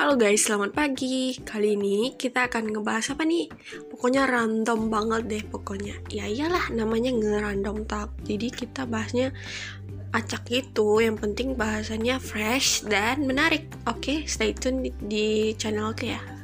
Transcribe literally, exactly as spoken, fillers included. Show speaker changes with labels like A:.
A: Halo guys, selamat pagi. Kali ini kita akan ngebahas apa nih? Pokoknya random banget deh pokoknya. Ya iyalah namanya nge-random talk. Jadi kita bahasnya acak gitu. Yang penting bahasannya fresh dan menarik. Oke, stay tune di, di channel oke ya.